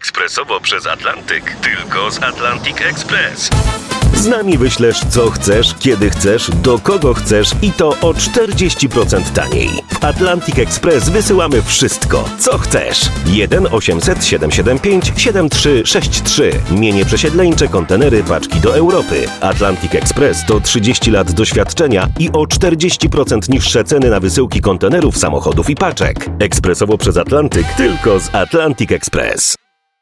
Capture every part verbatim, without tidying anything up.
ekspresowo przez Atlantyk. Tylko z Atlantic Express. Z nami wyślesz co chcesz, kiedy chcesz, do kogo chcesz i to o czterdzieści procent taniej. W Atlantic Express wysyłamy wszystko, co chcesz. jeden osiemset siedemset siedemdziesiąt pięć siedemdziesiąt trzy sześćdziesiąt trzy. Mienie przesiedleńcze, kontenery, paczki do Europy. Atlantic Express to trzydzieści lat doświadczenia i o czterdzieści procent niższe ceny na wysyłki kontenerów, samochodów i paczek. Ekspresowo przez Atlantyk, tylko z Atlantic Express.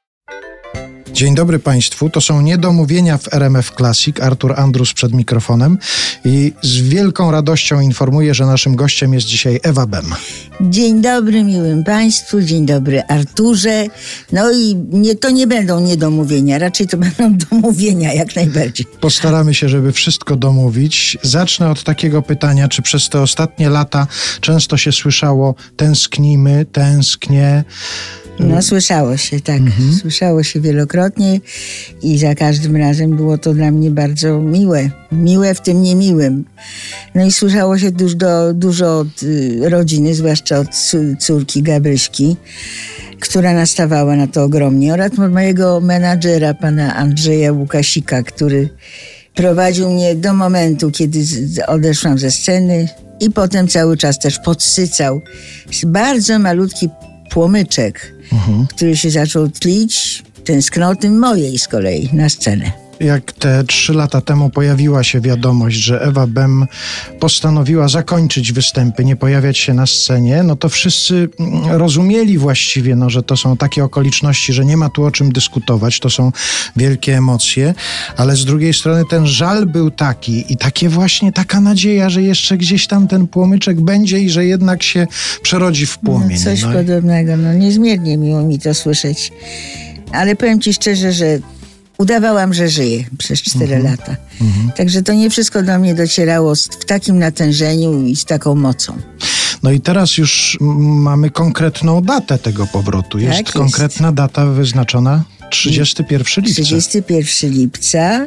Dzień dobry Państwu, to są Niedomówienia w R M F Classic. Artur Andrus przed mikrofonem i z wielką radością informuję, że naszym gościem jest dzisiaj Ewa Bem. Dzień dobry miłym Państwu, dzień dobry Arturze. No i nie, to nie będą niedomówienia, raczej to będą domówienia jak najbardziej. Postaramy się, żeby wszystko domówić. Zacznę od takiego pytania, czy przez te ostatnie lata często się słyszało tęsknimy, tęsknię? No słyszało się, tak. Mhm. Słyszało się wielokrotnie i za każdym razem było to dla mnie bardzo miłe. Miłe w tym niemiłym. No i słyszało się dużo, dużo od y, rodziny, zwłaszcza od córki Gabryśki, która nastawała na to ogromnie, oraz od mojego menadżera, pana Andrzeja Łukasika, który prowadził mnie do momentu, kiedy z, odeszłam ze sceny i potem cały czas też podsycał. Bardzo malutki płomyczek, mhm. który się zaczął tlić tęsknoty mojej z kolei na scenę. Jak te trzy lata temu pojawiła się wiadomość, że Ewa Bem postanowiła zakończyć występy, nie pojawiać się na scenie, no to wszyscy rozumieli właściwie, no, że to są takie okoliczności, że nie ma tu o czym dyskutować, to są wielkie emocje, ale z drugiej strony ten żal był taki i takie właśnie taka nadzieja, że jeszcze gdzieś tam ten płomyczek będzie i że jednak się przerodzi w płomień. No coś no. podobnego, no niezmiernie miło mi to słyszeć. Ale powiem ci szczerze, że udawałam, że żyję przez cztery mhm. lata. Mhm. Także to nie wszystko do mnie docierało w takim natężeniu i z taką mocą. No i teraz już mamy konkretną datę tego powrotu. Jest, tak konkretna jest. data wyznaczona trzydziestego pierwszego lipca. trzydziestego pierwszego lipca.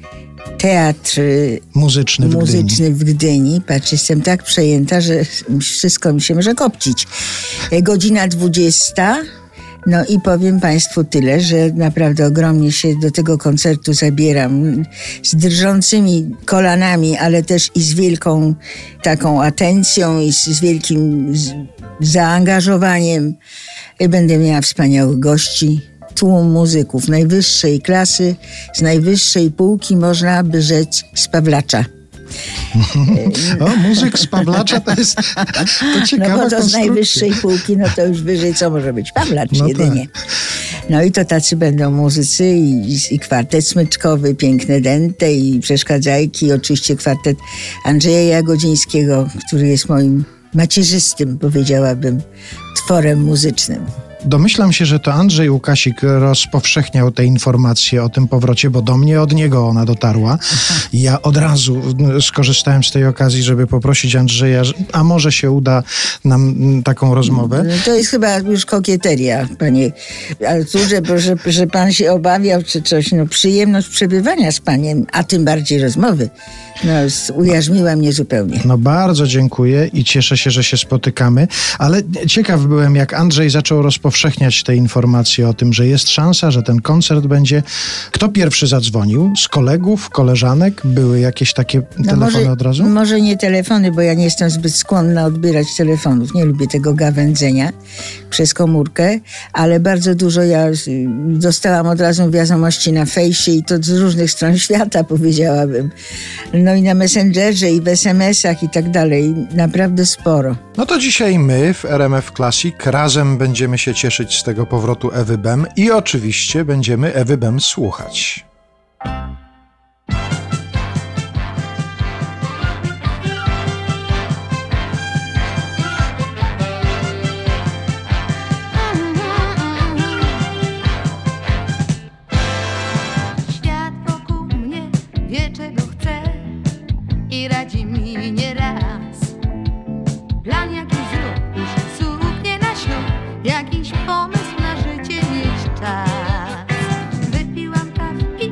Teatr muzyczny w muzyczny Gdyni. w Gdyni. Patrz, jestem tak przejęta, że wszystko mi się może kopcić. Godzina dwudziesta. No i powiem Państwu tyle, że naprawdę ogromnie się do tego koncertu zabieram. Z drżącymi kolanami, ale też i z wielką taką atencją i z, z wielkim z, zaangażowaniem. Będę miała wspaniałych gości. Tłum muzyków najwyższej klasy, z najwyższej półki, można by rzec, z Pawlacza. O, muzyk z Pawlacza to jest to ciekawa No bo to z najwyższej konstrukcja. półki, no to już wyżej co może być? Pawlacz No jedynie. tak. No i to tacy będą muzycy i, i kwartet smyczkowy, piękne dente i przeszkadzajki, oczywiście kwartet Andrzeja Jagodzińskiego, który jest moim macierzystym, powiedziałabym, tworem muzycznym. Domyślam się, że to Andrzej Łukasik rozpowszechniał te informacje o tym powrocie, bo do mnie od niego ona dotarła. I ja od razu skorzystałem z tej okazji, żeby poprosić Andrzeja, a może się uda nam taką rozmowę. To jest chyba już kokieteria, panie Arturze, bo że, że pan się obawiał czy coś. No przyjemność przebywania z paniem, a tym bardziej rozmowy, no ujarzmiła mnie zupełnie. No bardzo dziękuję i cieszę się, że się spotykamy, ale ciekaw byłem, jak Andrzej zaczął rozpowszechniać te informacje o tym, że jest szansa, że ten koncert będzie. Kto pierwszy zadzwonił? Z kolegów, koleżanek? Były jakieś takie No telefony może, od razu? Może nie telefony, bo ja nie jestem zbyt skłonna odbierać telefonów. Nie lubię tego gawędzenia przez komórkę, ale bardzo dużo ja dostałam od razu wiadomości na fejsie i to z różnych stron świata, powiedziałabym. No i na Messengerze i w es em esach i tak dalej. Naprawdę sporo. No to dzisiaj my w R M F Classic razem będziemy się cieszyć z tego powrotu Ewy Bem i oczywiście będziemy Ewy Bem słuchać. Świat wokół mnie wie, czego chce i radzi mi nieraz. Plan jakiś zrób, już suknie na ślub, jakiś pomysł na życie, mieć czas. Wypiłam kawki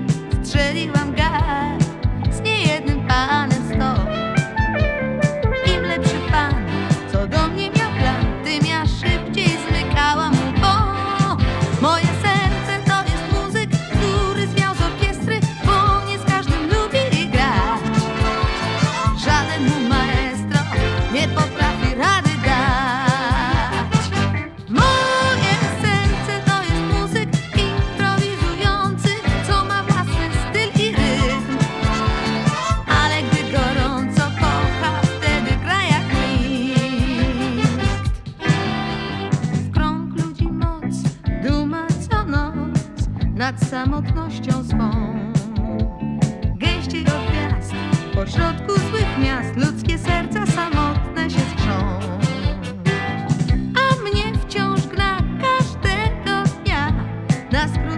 nad samotnością swą. Gęściej od gwiazd, pośrodku złych miast, ludzkie serca samotne się skrzą. A mnie wciąż gna każdego dnia na skrót